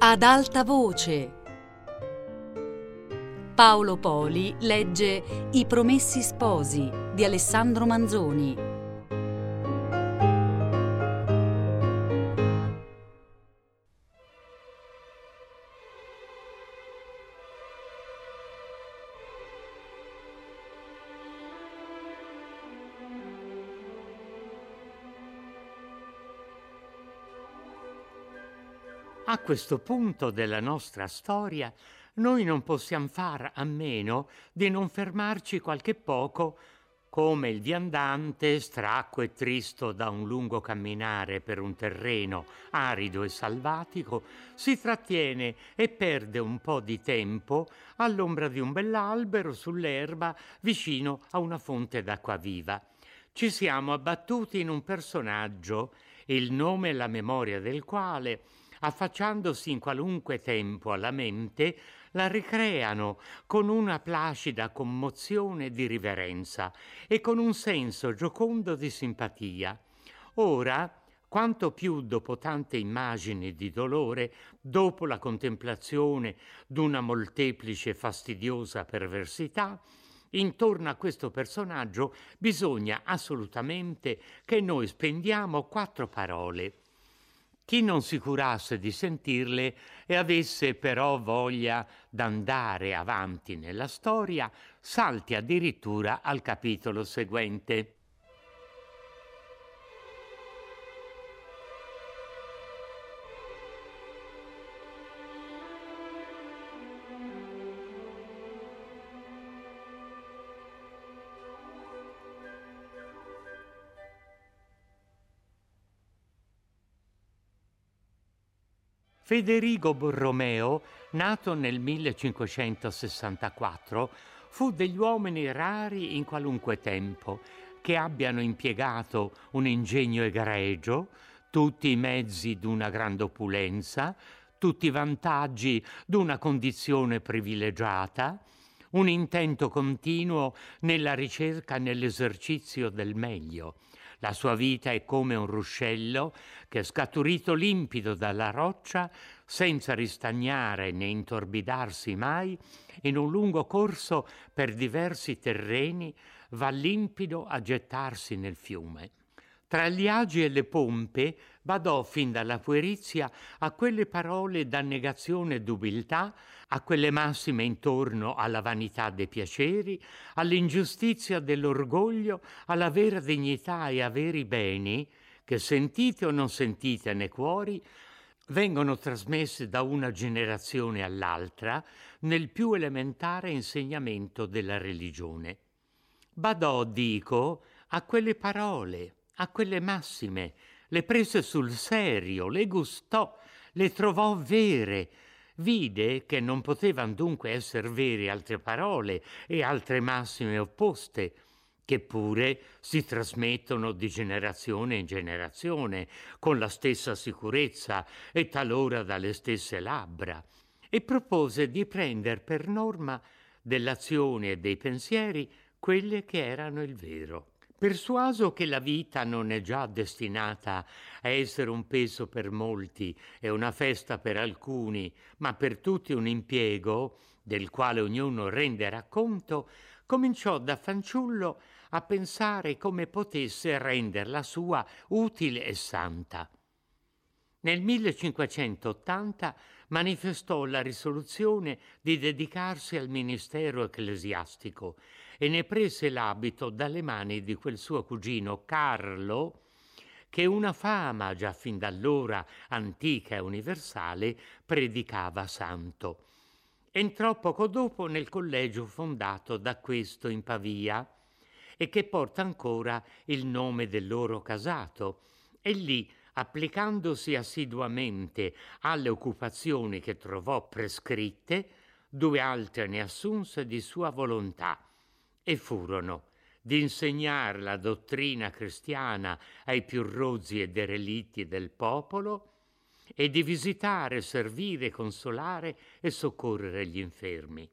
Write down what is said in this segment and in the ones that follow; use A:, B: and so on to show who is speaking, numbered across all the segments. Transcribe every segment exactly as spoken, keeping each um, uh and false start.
A: Ad alta voce. Paolo Poli legge I Promessi Sposi di Alessandro Manzoni.
B: A questo punto della nostra storia noi non possiamo far a meno di non fermarci qualche poco come il viandante, stracco e tristo da un lungo camminare per un terreno arido e salvatico, si trattiene e perde un po' di tempo all'ombra di un bell'albero sull'erba vicino a una fonte d'acqua viva. Ci siamo abbattuti in un personaggio, il nome e la memoria del quale, affacciandosi in qualunque tempo alla mente, la ricreano con una placida commozione di riverenza e con un senso giocondo di simpatia. Ora, quanto più dopo tante immagini di dolore, dopo la contemplazione d'una molteplice e fastidiosa perversità, intorno a questo personaggio bisogna assolutamente che noi spendiamo quattro parole. Chi non si curasse di sentirle e avesse però voglia d'andare avanti nella storia, salti addirittura al capitolo seguente. Federico Borromeo, nato nel millecinquecentosessantaquattro, fu degli uomini rari in qualunque tempo, che abbiano impiegato un ingegno egregio, tutti i mezzi d'una grande opulenza, tutti i vantaggi d'una condizione privilegiata, un intento continuo nella ricerca e nell'esercizio del meglio. La sua vita è come un ruscello che, scaturito limpido dalla roccia, senza ristagnare né intorbidarsi mai, in un lungo corso per diversi terreni, va limpido a gettarsi nel fiume. Tra gli agi e le pompe badò fin dalla puerizia a quelle parole d'annegazione e d'umiltà, a quelle massime intorno alla vanità dei piaceri, all'ingiustizia dell'orgoglio, alla vera dignità e a veri beni che, sentite o non sentite nei cuori, vengono trasmesse da una generazione all'altra nel più elementare insegnamento della religione. Badò, dico, a quelle parole, a quelle massime, le prese sul serio, le gustò, le trovò vere, vide che non potevano dunque essere vere altre parole e altre massime opposte, che pure si trasmettono di generazione in generazione, con la stessa sicurezza e talora dalle stesse labbra, e propose di prendere per norma dell'azione e dei pensieri quelle che erano il vero. Persuaso che la vita non è già destinata a essere un peso per molti e una festa per alcuni, ma per tutti un impiego del quale ognuno rende racconto, cominciò da fanciullo a pensare come potesse renderla sua utile e santa. Nel millecinquecentottanta manifestò la risoluzione di dedicarsi al ministero ecclesiastico e ne prese l'abito dalle mani di quel suo cugino Carlo, che una fama già fin d'allora antica e universale predicava santo. Entrò poco dopo nel collegio fondato da questo in Pavia e che porta ancora il nome del loro casato, e lì, applicandosi assiduamente alle occupazioni che trovò prescritte, due altre ne assunse di sua volontà, e furono di insegnare la dottrina cristiana ai più rozzi e derelitti del popolo e di visitare, servire, consolare e soccorrere gli infermi.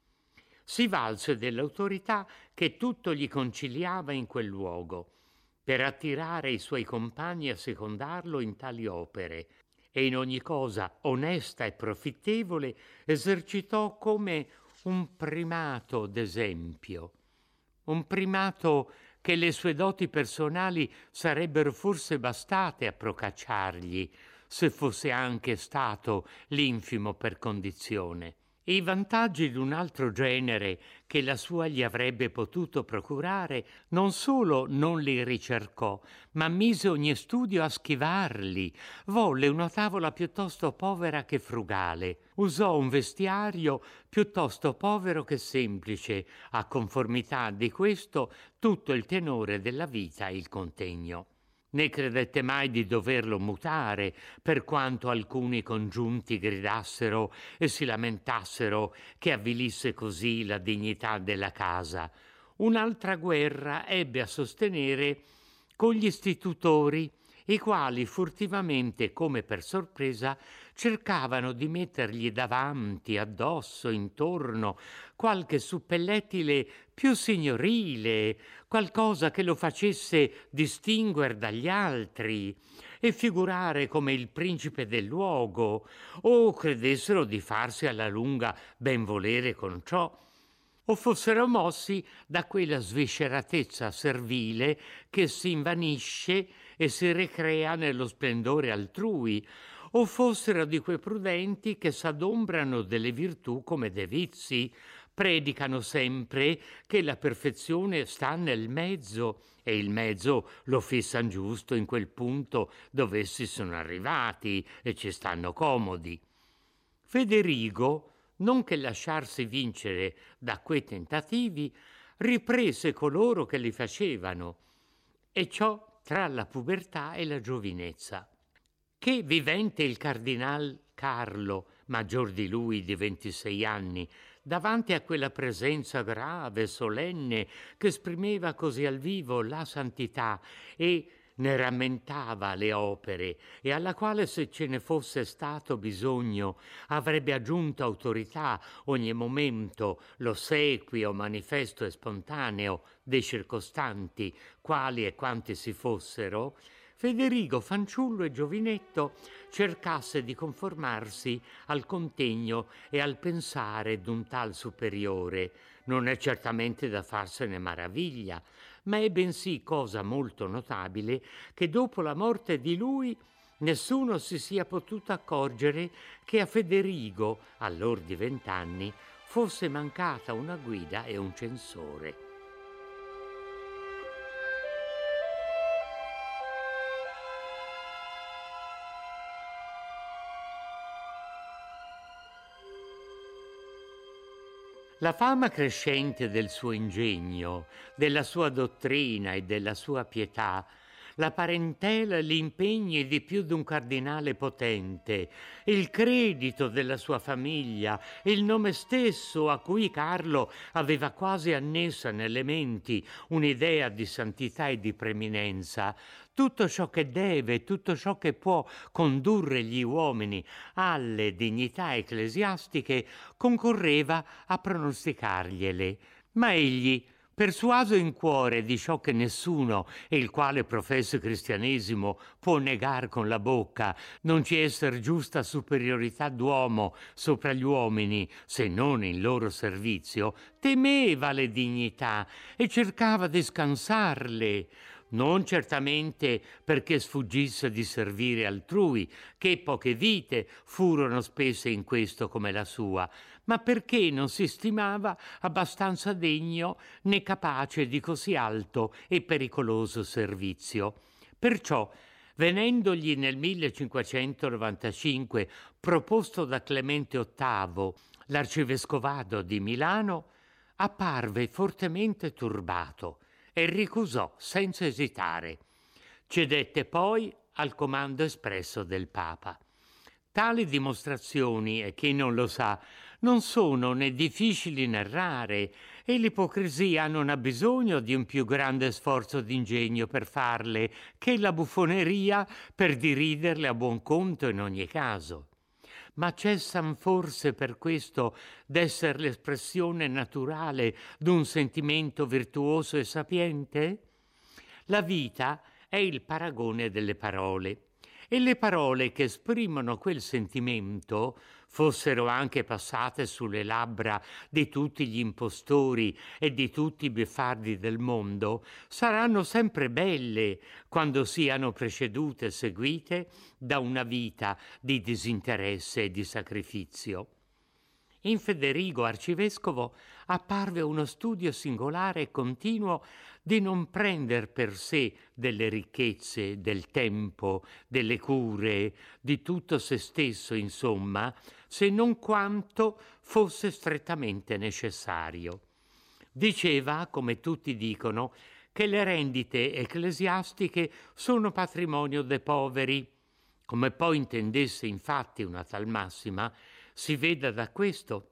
B: Si valse dell'autorità che tutto gli conciliava in quel luogo, per attirare i suoi compagni a secondarlo in tali opere, e in ogni cosa onesta e profittevole esercitò come un primato d'esempio, un primato che le sue doti personali sarebbero forse bastate a procacciargli, se fosse anche stato l'infimo per condizione. I vantaggi di un altro genere che la sua gli avrebbe potuto procurare non solo non li ricercò, ma mise ogni studio a schivarli. Volle una tavola piuttosto povera che frugale, usò un vestiario piuttosto povero che semplice, a conformità di questo tutto il tenore della vita e il contegno. Né credette mai di doverlo mutare, per quanto alcuni congiunti gridassero e si lamentassero che avvilisse così la dignità della casa. Un'altra guerra ebbe a sostenere con gli istitutori, i quali furtivamente, come per sorpresa, cercavano di mettergli davanti, addosso, intorno, qualche suppellettile più signorile, qualcosa che lo facesse distinguere dagli altri e figurare come il principe del luogo, o credessero di farsi alla lunga ben volere con ciò, o fossero mossi da quella svisceratezza servile che si invanisce e si ricrea nello splendore altrui, o fossero di quei prudenti che s'adombrano delle virtù come dei vizi, predicano sempre che la perfezione sta nel mezzo e il mezzo lo fissan giusto in quel punto dove essi sono arrivati e ci stanno comodi. Federigo, non che lasciarsi vincere da quei tentativi, riprese coloro che li facevano, e ciò tra la pubertà e la giovinezza. Che vivente il cardinal Carlo, maggior di lui di ventisei anni, davanti a quella presenza grave, solenne, che esprimeva così al vivo la santità e ne rammentava le opere, e alla quale, se ce ne fosse stato bisogno, avrebbe aggiunto autorità ogni momento, l'ossequio manifesto e spontaneo dei circostanti, quali e quanti si fossero, Federigo, fanciullo e giovinetto, cercasse di conformarsi al contegno e al pensare d'un tal superiore. Non è certamente da farsene maraviglia, ma è bensì cosa molto notabile che dopo la morte di lui nessuno si sia potuto accorgere che a Federigo, all'or di vent'anni, fosse mancata una guida e un censore. La fama crescente del suo ingegno, della sua dottrina e della sua pietà, la parentela e gli impegni di più d'un cardinale potente, il credito della sua famiglia, il nome stesso a cui Carlo aveva quasi annessa nelle menti un'idea di santità e di preeminenza, tutto ciò che deve, tutto ciò che può condurre gli uomini alle dignità ecclesiastiche, concorreva a pronosticargliele. Ma egli, persuaso in cuore di ciò che nessuno, e il quale professa il cristianesimo, può negar con la bocca, non ci esser giusta superiorità d'uomo sopra gli uomini, se non in loro servizio, temeva le dignità e cercava di scansarle, non certamente perché sfuggisse di servire altrui, che poche vite furono spese in questo come la sua, ma perché non si stimava abbastanza degno né capace di così alto e pericoloso servizio. Perciò, venendogli nel millecinquecentonovantacinque proposto da Clemente ottavo l'arcivescovado di Milano, apparve fortemente turbato e ricusò senza esitare. Cedette poi al comando espresso del Papa. Tali dimostrazioni, e chi non lo sa, non sono né difficili né rare, e l'ipocrisia non ha bisogno di un più grande sforzo d'ingegno per farle che la buffoneria per diriderle a buon conto in ogni caso. Ma cessan forse per questo d'esser l'espressione naturale d'un sentimento virtuoso e sapiente? La vita è il paragone delle parole, e le parole che esprimono quel sentimento, fossero anche passate sulle labbra di tutti gli impostori e di tutti i beffardi del mondo, saranno sempre belle quando siano precedute e seguite da una vita di disinteresse e di sacrificio. In Federigo Arcivescovo apparve uno studio singolare e continuo di non prender per sé delle ricchezze, del tempo, delle cure, di tutto se stesso, insomma, se non quanto fosse strettamente necessario. Diceva, come tutti dicono, che le rendite ecclesiastiche sono patrimonio dei poveri. Come poi intendesse infatti una tal massima, si veda da questo.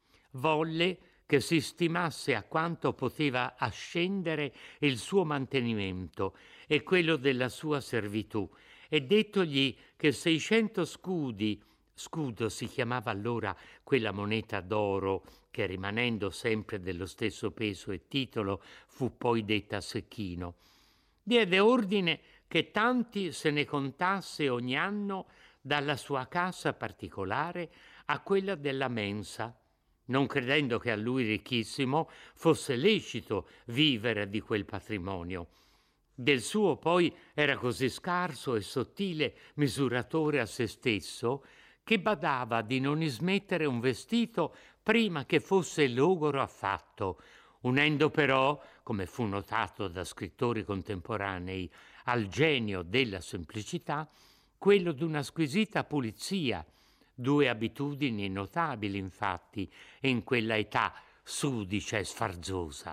B: Volle che si stimasse a quanto poteva ascendere il suo mantenimento e quello della sua servitù, e dettogli che seicento scudi, scudo si chiamava allora quella moneta d'oro che, rimanendo sempre dello stesso peso e titolo, fu poi detta secchino, diede ordine che tanti se ne contasse ogni anno dalla sua cassa particolare a quella della mensa, non credendo che a lui ricchissimo fosse lecito vivere di quel patrimonio. Del suo poi era così scarso e sottile misuratore a se stesso che badava di non ismettere un vestito prima che fosse logoro affatto, unendo però, come fu notato da scrittori contemporanei, al genio della semplicità quello d'una squisita pulizia, due abitudini notabili infatti in quella età sudicia e sfarzosa.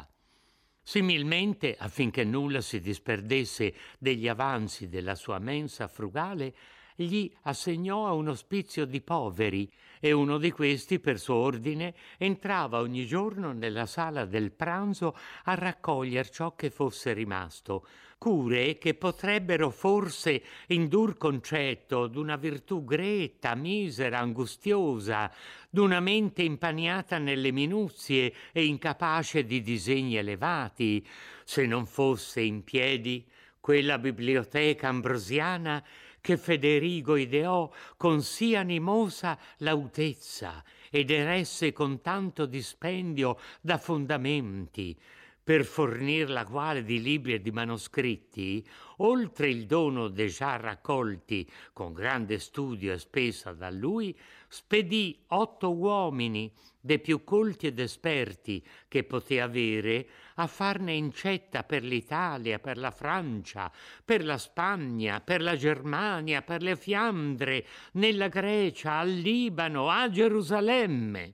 B: Similmente, affinché nulla si disperdesse degli avanzi della sua mensa frugale, gli assegnò a un ospizio di poveri, e uno di questi, per suo ordine, entrava ogni giorno nella sala del pranzo a raccoglier ciò che fosse rimasto, cure che potrebbero forse indur concetto d'una virtù gretta, misera, angustiosa, d'una mente impaniata nelle minuzie e incapace di disegni elevati, se non fosse in piedi quella biblioteca ambrosiana che Federigo ideò con sì animosa lautezza ed eresse con tanto dispendio da fondamenti, per fornir la quale di libri e di manoscritti, oltre il dono de già raccolti con grande studio e spesa da lui, spedì otto uomini, dei più colti ed esperti che poté avere, a farne incetta per l'Italia, per la Francia, per la Spagna, per la Germania, per le Fiandre, nella Grecia, al Libano, a Gerusalemme.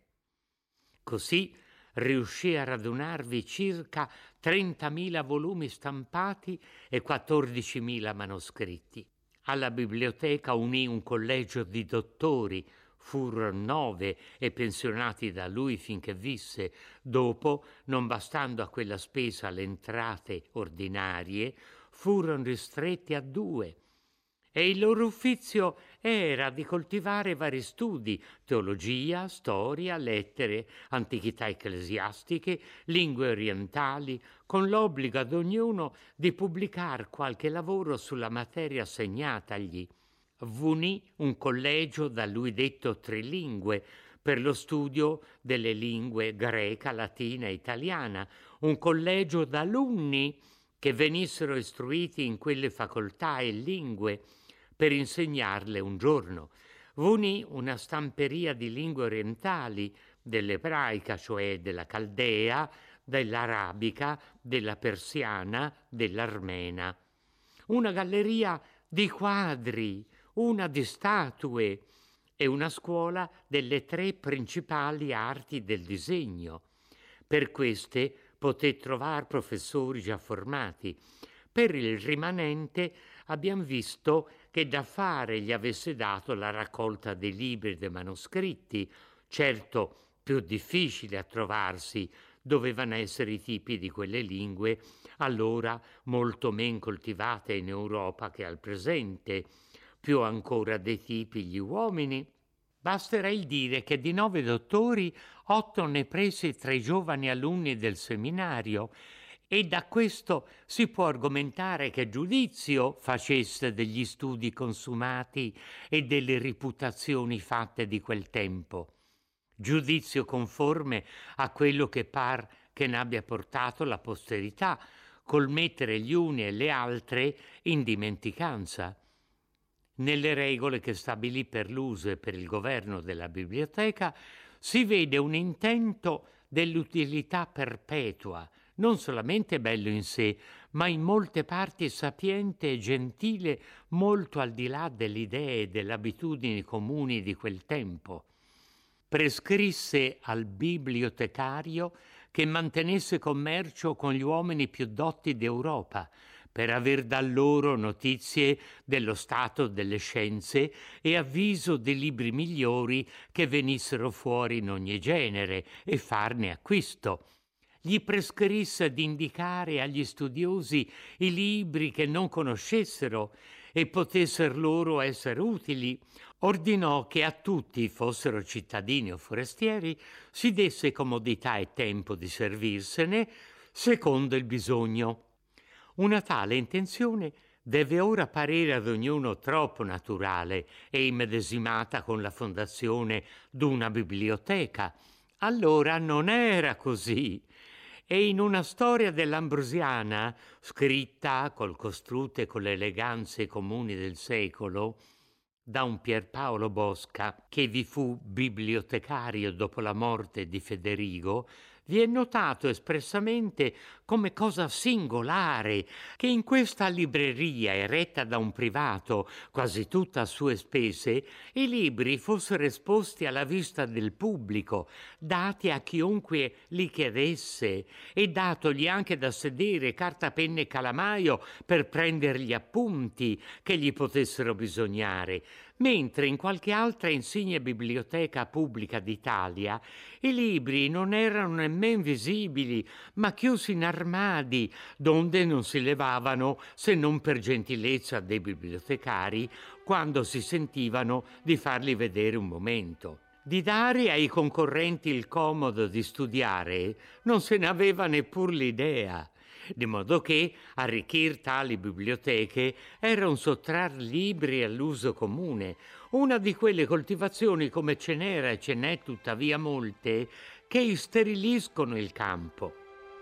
B: Così riuscì a radunarvi circa trentamila volumi stampati e quattordicimila manoscritti. Alla biblioteca unì un collegio di dottori, furono nove e pensionati da lui finché visse. Dopo, non bastando a quella spesa le entrate ordinarie, furono ristretti a due. E il loro uffizio era di coltivare vari studi, teologia, storia, lettere, antichità ecclesiastiche, lingue orientali, con l'obbligo ad ognuno di pubblicar qualche lavoro sulla materia assegnatagli. V'unì un collegio da lui detto trilingue per lo studio delle lingue greca, latina e italiana, un collegio d'alunni che venissero istruiti in quelle facoltà e lingue per insegnarle un giorno. V'unì una stamperia di lingue orientali, dell'ebraica, cioè della caldea, dell'arabica, della persiana, dell'armena. Una galleria di quadri, una di statue e una scuola delle tre principali arti del disegno. Per queste poté trovar professori già formati. Per il rimanente abbiamo visto che da fare gli avesse dato la raccolta dei libri e dei manoscritti, certo più difficile a trovarsi, dovevano essere i tipi di quelle lingue, allora molto men coltivate in Europa che al presente, più ancora dei tipi gli uomini. Basterà il dire che di nove dottori, otto ne prese tra i giovani alunni del seminario, e da questo si può argomentare che giudizio facesse degli studi consumati e delle riputazioni fatte di quel tempo. Giudizio conforme a quello che par che n'abbia portato la posterità, col mettere gli uni e le altre in dimenticanza. Nelle regole che stabilì per l'uso e per il governo della biblioteca si vede un intento dell'utilità perpetua, non solamente bello in sé, ma in molte parti sapiente e gentile, molto al di là delle idee e delle abitudini comuni di quel tempo. Prescrisse al bibliotecario che mantenesse commercio con gli uomini più dotti d'Europa, per aver da loro notizie dello stato delle scienze e avviso dei libri migliori che venissero fuori in ogni genere e farne acquisto. Gli prescrisse di indicare agli studiosi i libri che non conoscessero e potessero loro essere utili. Ordinò che a tutti, fossero cittadini o forestieri, si desse comodità e tempo di servirsene secondo il bisogno. Una tale intenzione deve ora parere ad ognuno troppo naturale e immedesimata con la fondazione d'una biblioteca. Allora non era così. E in una storia dell'Ambrosiana, scritta col costruto e con le eleganze comuni del secolo, da un Pierpaolo Bosca, che vi fu bibliotecario dopo la morte di Federigo, vi è notato espressamente come cosa singolare che in questa libreria eretta da un privato, quasi tutta a sue spese, i libri fossero esposti alla vista del pubblico, dati a chiunque li chiedesse e datogli anche da sedere carta, penna e calamaio per prendere gli appunti che gli potessero bisognare, mentre in qualche altra insigne biblioteca pubblica d'Italia i libri non erano nemmeno visibili, ma chiusi in armadi, donde non si levavano se non per gentilezza dei bibliotecari quando si sentivano di farli vedere un momento. Di dare ai concorrenti il comodo di studiare non se ne aveva neppur l'idea, di modo che arricchir tali biblioteche era un sottrar libri all'uso comune, una di quelle coltivazioni, come ce n'era e ce n'è tuttavia molte, che isteriliscono il campo.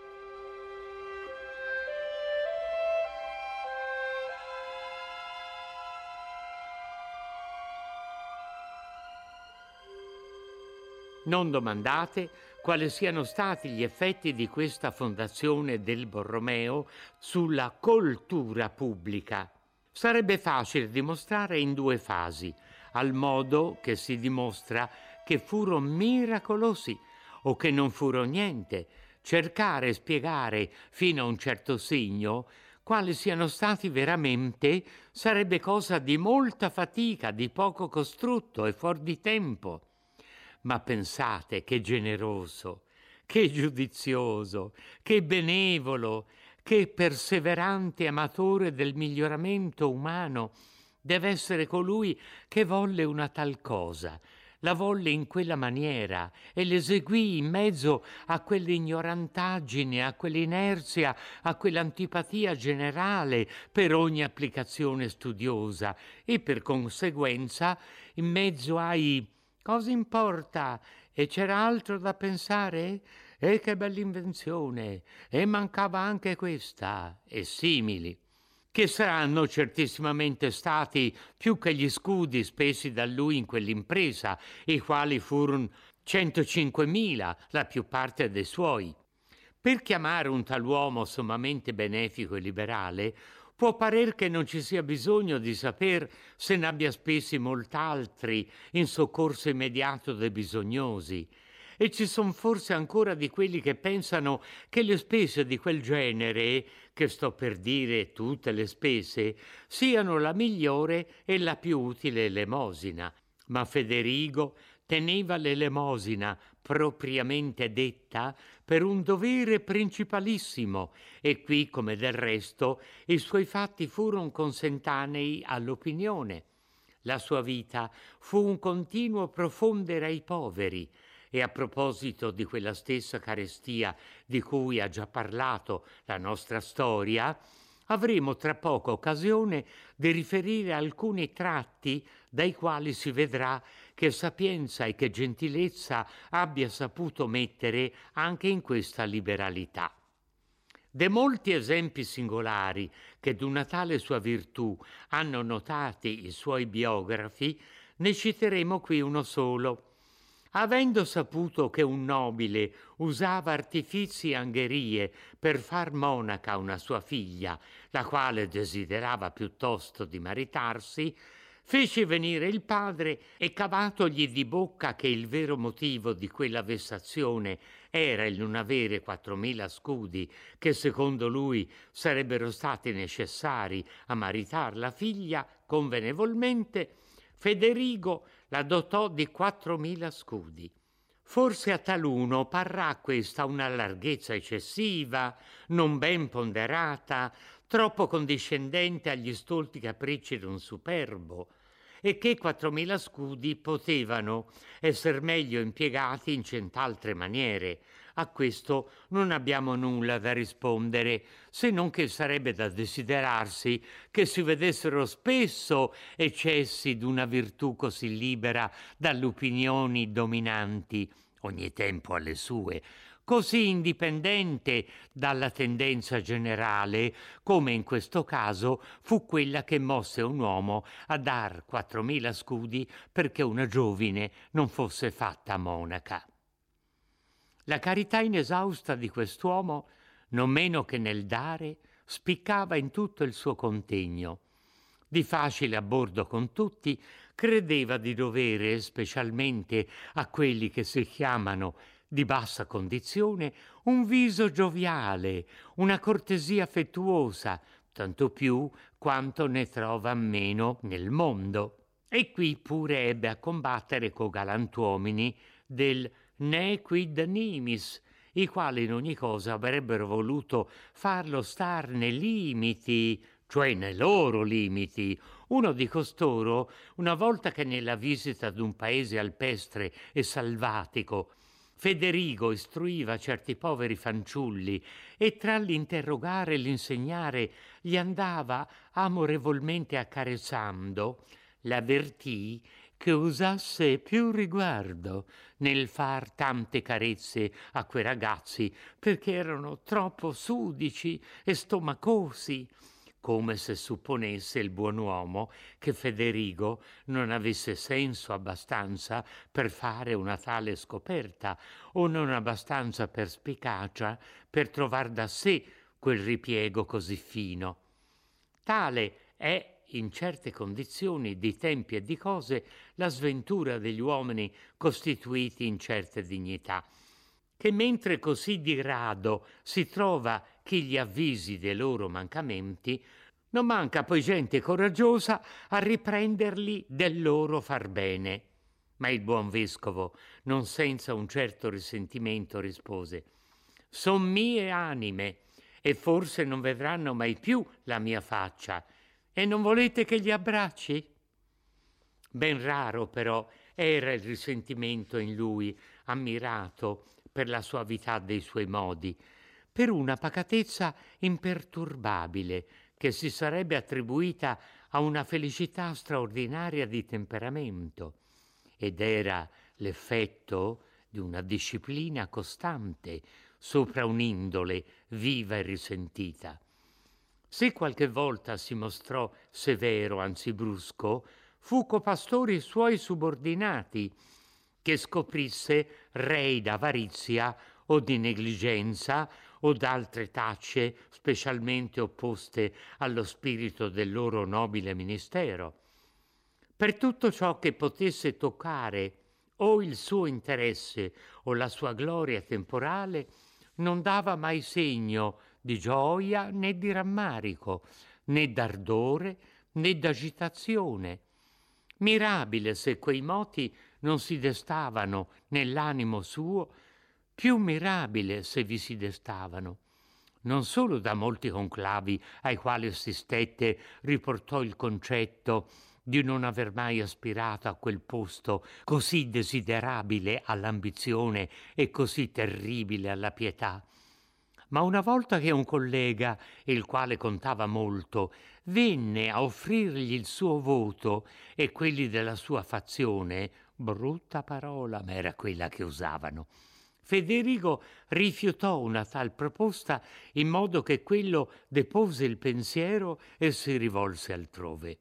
B: Non domandate quali siano stati gli effetti di questa fondazione del Borromeo sulla coltura pubblica. Sarebbe facile dimostrare in due fasi, al modo che si dimostra che furono miracolosi o che non furono niente, cercare e spiegare fino a un certo segno quali siano stati veramente sarebbe cosa di molta fatica, di poco costrutto e fuor di tempo. Ma pensate che generoso, che giudizioso, che benevolo, che perseverante amatore del miglioramento umano deve essere colui che volle una tal cosa, la volle in quella maniera e l'eseguì in mezzo a quell'ignorantaggine, a quell'inerzia, a quell'antipatia generale per ogni applicazione studiosa e per conseguenza in mezzo ai «cosa importa? E c'era altro da pensare? E che bella invenzione! E mancava anche questa!» e simili, che saranno certissimamente stati più che gli scudi spesi da lui in quell'impresa, i quali furono centocinquemila, la più parte dei suoi. Per chiamare un tal uomo sommamente benefico e liberale, può parer che non ci sia bisogno di saper se ne abbia spesi molt'altri in soccorso immediato dei bisognosi, e ci son forse ancora di quelli che pensano che le spese di quel genere, che sto per dire tutte le spese, siano la migliore e la più utile elemosina. Ma Federigo teneva l'elemosina propriamente detta per un dovere principalissimo, e qui, come del resto, i suoi fatti furono consentanei all'opinione. La sua vita fu un continuo profondere ai poveri, E a proposito di quella stessa carestia di cui ha già parlato la nostra storia, avremo tra poco occasione di riferire alcuni tratti dai quali si vedrà che sapienza e che gentilezza abbia saputo mettere anche in questa liberalità. De molti esempi singolari che d'una tale sua virtù hanno notati i suoi biografi, ne citeremo qui uno solo. Avendo saputo che un nobile usava artifizi e angherie per far monaca una sua figlia, la quale desiderava piuttosto di maritarsi, fece venire il padre e cavatogli di bocca che il vero motivo di quella vessazione era il non avere quattromila scudi che secondo lui sarebbero stati necessari a maritar la figlia convenevolmente, Federigo la dotò di quattromila scudi. Forse a taluno parrà questa una larghezza eccessiva, non ben ponderata, troppo condiscendente agli stolti capricci d'un superbo, e che quattromila scudi potevano esser meglio impiegati in cent'altre maniere. A questo non abbiamo nulla da rispondere, se non che sarebbe da desiderarsi che si vedessero spesso eccessi d'una virtù così libera dalle opinioni dominanti, ogni tempo alle sue, così indipendente dalla tendenza generale, come in questo caso fu quella che mosse un uomo a dar quattromila scudi perché una giovine non fosse fatta monaca. La carità inesausta di quest'uomo, non meno che nel dare, spiccava in tutto il suo contegno. Di facile abbordo con tutti, credeva di dovere, specialmente a quelli che si chiamano di bassa condizione, un viso gioviale, una cortesia affettuosa, tanto più quanto ne trova meno nel mondo. E qui pure ebbe a combattere co galantuomini del ne quid nimis, i quali in ogni cosa avrebbero voluto farlo star nei limiti, cioè nei loro limiti. Uno di costoro, una volta che nella visita d'un paese alpestre e salvatico, Federigo istruiva certi poveri fanciulli e tra l'interrogare e l'insegnare gli andava amorevolmente accarezzando, l'avvertì che usasse più riguardo nel far tante carezze a quei ragazzi perché erano troppo sudici e stomacosi, come se supponesse il buon uomo che Federigo non avesse senso abbastanza per fare una tale scoperta o non abbastanza perspicacia per trovar da sé quel ripiego così fino. Tale è in certe condizioni di tempi e di cose la sventura degli uomini costituiti in certe dignità, che mentre così di rado si trova chi gli avvisi dei loro mancamenti, non manca poi gente coraggiosa a riprenderli del loro far bene. Ma il buon vescovo, non senza un certo risentimento, rispose: «Son mie anime, e forse non vedranno mai più la mia faccia, e non volete che li abbracci?» Ben raro però era il risentimento in lui, ammirato per la suavità dei suoi modi, per una pacatezza imperturbabile che si sarebbe attribuita a una felicità straordinaria di temperamento, ed era l'effetto di una disciplina costante sopra un'indole viva e risentita. Se qualche volta si mostrò severo, anzi brusco, fu co pastori suoi subordinati, che scoprisse rei d'avarizia o di negligenza o d'altre tacce specialmente opposte allo spirito del loro nobile ministero. Per tutto ciò che potesse toccare o il suo interesse o la sua gloria temporale, non dava mai segno di gioia né di rammarico, né d'ardore né d'agitazione. Mirabile se quei moti non si destavano nell'animo suo, più mirabile se vi si destavano. Non solo da molti conclavi ai quali assistette riportò il concetto di non aver mai aspirato a quel posto così desiderabile all'ambizione e così terribile alla pietà. Ma una volta che un collega, il quale contava molto, venne a offrirgli il suo voto e quelli della sua fazione, brutta parola, ma era quella che usavano, Federigo rifiutò una tal proposta in modo che quello depose il pensiero e si rivolse altrove.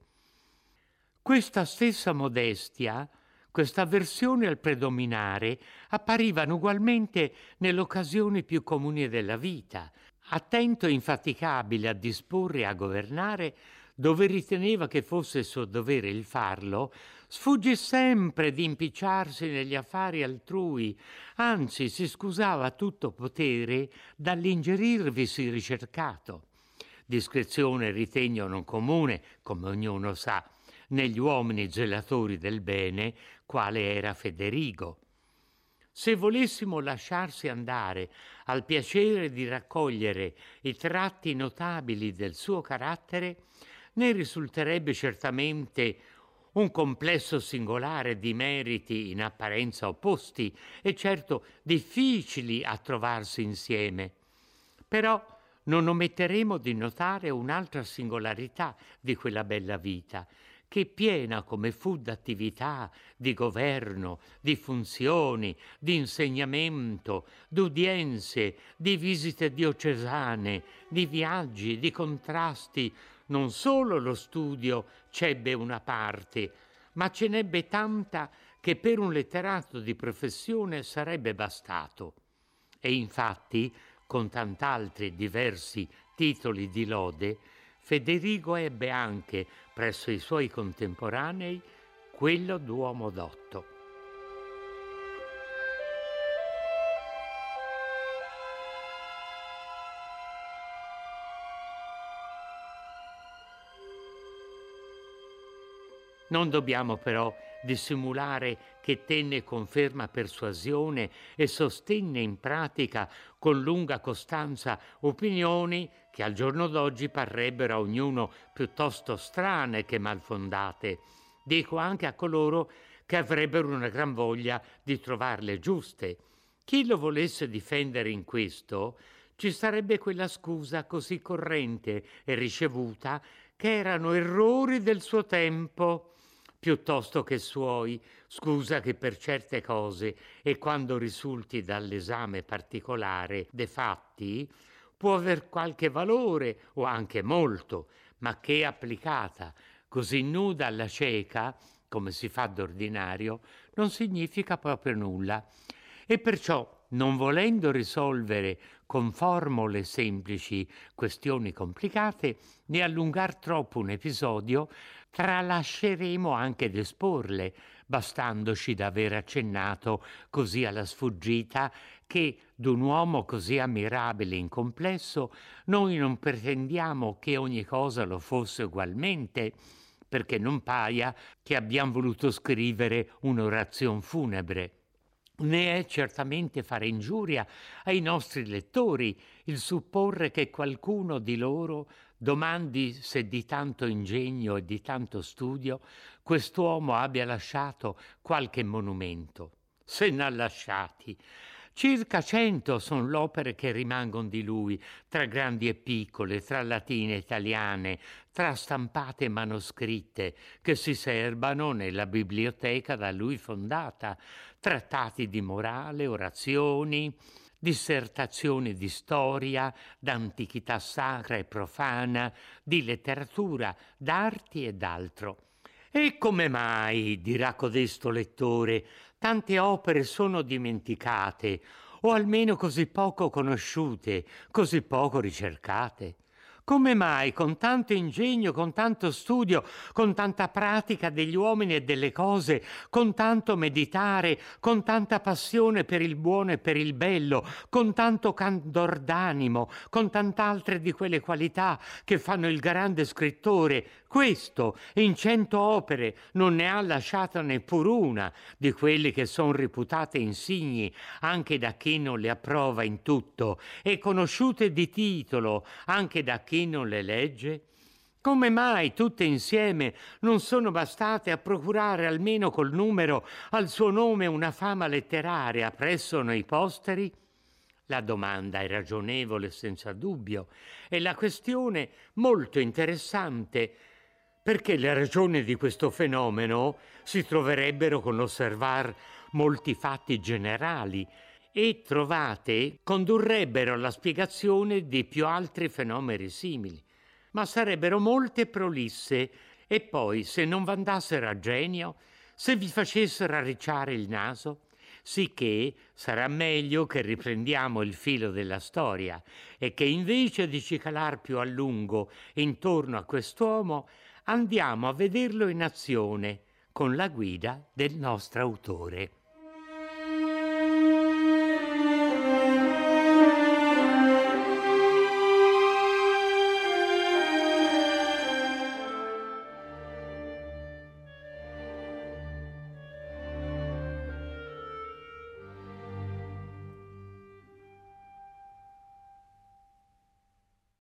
B: Questa stessa modestia, questa avversione al predominare apparivano ugualmente nelle occasioni più comuni della vita. Attento e infaticabile a disporre e a governare, dove riteneva che fosse suo dovere il farlo, sfuggì sempre di impicciarsi negli affari altrui, anzi si scusava a tutto potere dall'ingerirvisi ricercato. Discrezione e ritegno non comune, come ognuno sa, negli uomini gelatori del bene, quale era Federigo. Se volessimo lasciarsi andare al piacere di raccogliere i tratti notabili del suo carattere, ne risulterebbe certamente un complesso singolare di meriti in apparenza opposti e certo difficili a trovarsi insieme. Però non ometteremo di notare un'altra singolarità di quella bella vita, che piena come fu d'attività, di governo, di funzioni, di insegnamento, d'udienze, di visite diocesane, di viaggi, di contrasti. Non solo lo studio c'ebbe una parte, ma ce n'ebbe tanta che per un letterato di professione sarebbe bastato. E infatti, con tant'altri diversi titoli di lode, Federigo ebbe anche, presso i suoi contemporanei, quello d'uomo dotto. Non dobbiamo però dissimulare che tenne con ferma persuasione e sostenne in pratica con lunga costanza opinioni che al giorno d'oggi parrebbero a ognuno piuttosto strane che malfondate. Dico anche a coloro che avrebbero una gran voglia di trovarle giuste. Chi lo volesse difendere in questo, ci sarebbe quella scusa così corrente e ricevuta che erano errori del suo tempo, piuttosto che suoi, scusa che per certe cose e quando risulti dall'esame particolare dei fatti può aver qualche valore o anche molto, ma che applicata così nuda alla cieca, come si fa d'ordinario, non significa proprio nulla. E perciò, non volendo risolvere con formule semplici questioni complicate, né allungar troppo un episodio, tralasceremo anche d'esporle, bastandoci d'aver accennato così alla sfuggita che d'un uomo così ammirabile in complesso noi non pretendiamo che ogni cosa lo fosse ugualmente, perché non paia che abbiamo voluto scrivere un'orazione funebre. Ne è certamente fare ingiuria ai nostri lettori il supporre che qualcuno di loro domandi se di tanto ingegno e di tanto studio quest'uomo abbia lasciato qualche monumento. Se n'ha lasciati. Circa cento sono le opere che rimangono di lui, tra grandi e piccole, tra latine e italiane, tra stampate e manoscritte, che si serbano nella biblioteca da lui fondata, trattati di morale, orazioni, dissertazioni di storia, d'antichità sacra e profana, di letteratura, d'arti ed altro. E come mai, dirà codesto lettore, tante opere sono dimenticate, o almeno così poco conosciute, così poco ricercate? Come mai, con tanto ingegno, con tanto studio, con tanta pratica degli uomini e delle cose, con tanto meditare, con tanta passione per il buono e per il bello, con tanto candor d'animo, con tant'altre di quelle qualità che fanno il grande scrittore, questo in cento opere non ne ha lasciata neppur una di quelli che sono reputate insigni anche da chi non le approva in tutto e conosciute di titolo anche da chi non le legge? Come mai tutte insieme non sono bastate a procurare almeno col numero al suo nome una fama letteraria presso nei posteri? La domanda è ragionevole senza dubbio e la questione molto interessante, perché le ragioni di questo fenomeno si troverebbero con l'osservar molti fatti generali e trovate condurrebbero alla spiegazione di più altri fenomeni simili, ma sarebbero molte prolisse e poi, se non vandassero a genio, se vi facessero arricciare il naso, sicché sarà meglio che riprendiamo il filo della storia e che invece di cicalar più a lungo intorno a quest'uomo andiamo a vederlo in azione con la guida del nostro autore.